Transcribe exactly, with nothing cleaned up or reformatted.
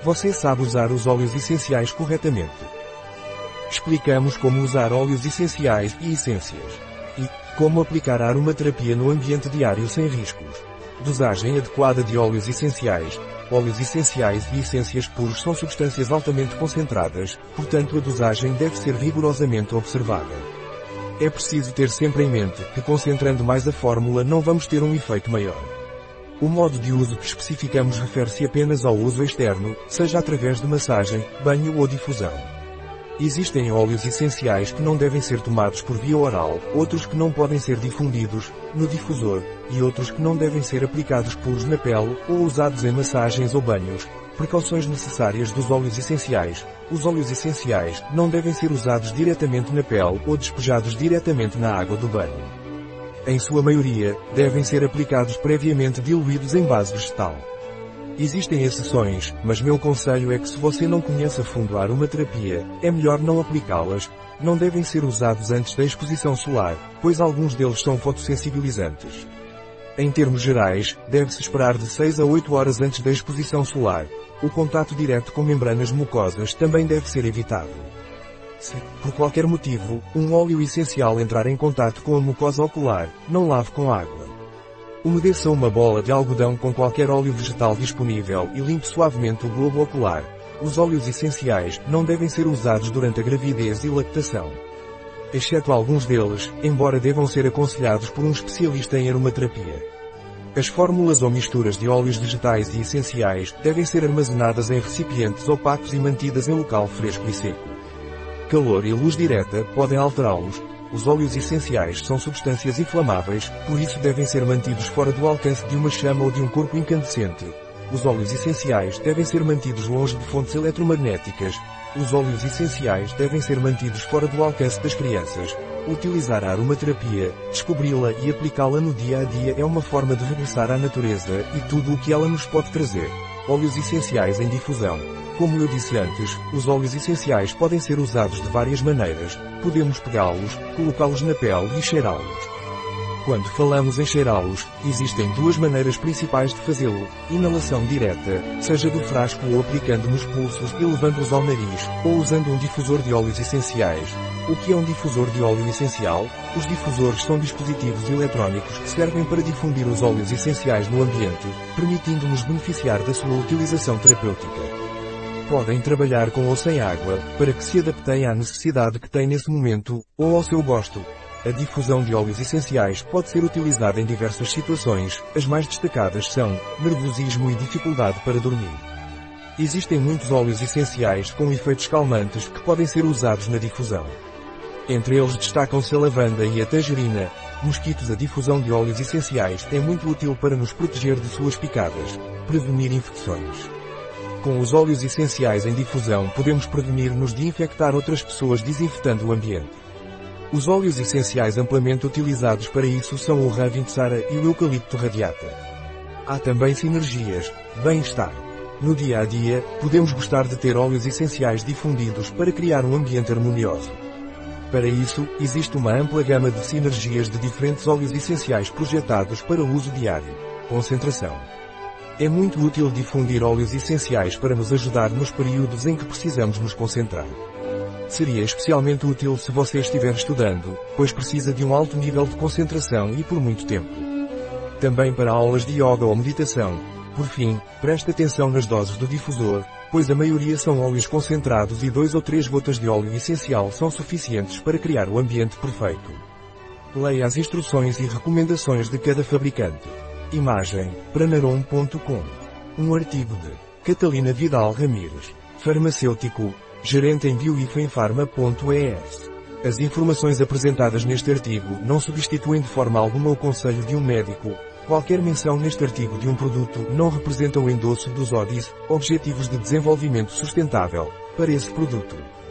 Você sabe usar os óleos essenciais corretamente. Explicamos como usar óleos essenciais e essências. E como aplicar a aromaterapia no ambiente diário sem riscos. Dosagem adequada de óleos essenciais. Óleos essenciais e essências puros são substâncias altamente concentradas, portanto a dosagem deve ser rigorosamente observada. É preciso ter sempre em mente que concentrando mais a fórmula não vamos ter um efeito maior. O modo de uso que especificamos refere-se apenas ao uso externo, seja através de massagem, banho ou difusão. Existem óleos essenciais que não devem ser tomados por via oral, outros que não podem ser difundidos, no difusor, e outros que não devem ser aplicados puros na pele, ou usados em massagens ou banhos. Precauções necessárias dos óleos essenciais. Os óleos essenciais não devem ser usados diretamente na pele ou despejados diretamente na água do banho. Em sua maioria, devem ser aplicados previamente diluídos em base vegetal. Existem exceções, mas meu conselho é que se você não conhece a fundo a aromaterapia, é melhor não aplicá-las. Não devem ser usados antes da exposição solar, pois alguns deles são fotossensibilizantes. Em termos gerais, deve-se esperar de seis a oito horas antes da exposição solar. O contato direto com membranas mucosas também deve ser evitado. Se, por qualquer motivo, um óleo essencial entrar em contato com a mucosa ocular, não lave com água. Umedeça uma bola de algodão com qualquer óleo vegetal disponível e limpe suavemente o globo ocular. Os óleos essenciais não devem ser usados durante a gravidez e lactação. Exceto alguns deles, embora devam ser aconselhados por um especialista em aromaterapia. As fórmulas ou misturas de óleos vegetais e essenciais devem ser armazenadas em recipientes opacos e mantidas em local fresco e seco. Calor e luz direta podem alterá-los. Os óleos essenciais são substâncias inflamáveis, por isso devem ser mantidos fora do alcance de uma chama ou de um corpo incandescente. Os óleos essenciais devem ser mantidos longe de fontes eletromagnéticas. Os óleos essenciais devem ser mantidos fora do alcance das crianças. Utilizar a aromaterapia, descobri-la e aplicá-la no dia a dia é uma forma de regressar à natureza e tudo o que ela nos pode trazer. Óleos essenciais em difusão. Como eu disse antes, os óleos essenciais podem ser usados de várias maneiras. Podemos pegá-los, colocá-los na pele e cheirá-los. Quando falamos em cheirá-los, existem duas maneiras principais de fazê-lo: inalação direta, seja do frasco ou aplicando nos pulsos e levando-os ao nariz, ou usando um difusor de óleos essenciais. O que é um difusor de óleo essencial? Os difusores são dispositivos eletrónicos que servem para difundir os óleos essenciais no ambiente, permitindo-nos beneficiar da sua utilização terapêutica. Podem trabalhar com ou sem água, para que se adaptem à necessidade que têm nesse momento, ou ao seu gosto. A difusão de óleos essenciais pode ser utilizada em diversas situações, as mais destacadas são nervosismo e dificuldade para dormir. Existem muitos óleos essenciais com efeitos calmantes que podem ser usados na difusão. Entre eles destacam-se a lavanda e a tangerina. Mosquitos. A difusão de óleos essenciais é muito útil para nos proteger de suas picadas, prevenir infecções. Com os óleos essenciais em difusão podemos prevenir-nos de infectar outras pessoas desinfetando o ambiente. Os óleos essenciais amplamente utilizados para isso são o Ravintsara e o eucalipto radiata. Há também sinergias, bem-estar. No dia a dia, podemos gostar de ter óleos essenciais difundidos para criar um ambiente harmonioso. Para isso, existe uma ampla gama de sinergias de diferentes óleos essenciais projetados para uso diário. Concentração. É muito útil difundir óleos essenciais para nos ajudar nos períodos em que precisamos nos concentrar. Seria especialmente útil se você estiver estudando, pois precisa de um alto nível de concentração e por muito tempo. Também para aulas de yoga ou meditação. Por fim, preste atenção nas doses do difusor, pois a maioria são óleos concentrados e dois ou três gotas de óleo essencial são suficientes para criar o ambiente perfeito. Leia as instruções e recomendações de cada fabricante. Imagem, pranarom ponto com. Um artigo de Catalina Vidal Ramírez, farmacêutico, gerente em bioifenfarma ponto es. As informações apresentadas neste artigo não substituem de forma alguma o conselho de um médico. Qualquer menção neste artigo de um produto não representa o endosso dos O D I S, Objetivos de Desenvolvimento Sustentável, para esse produto.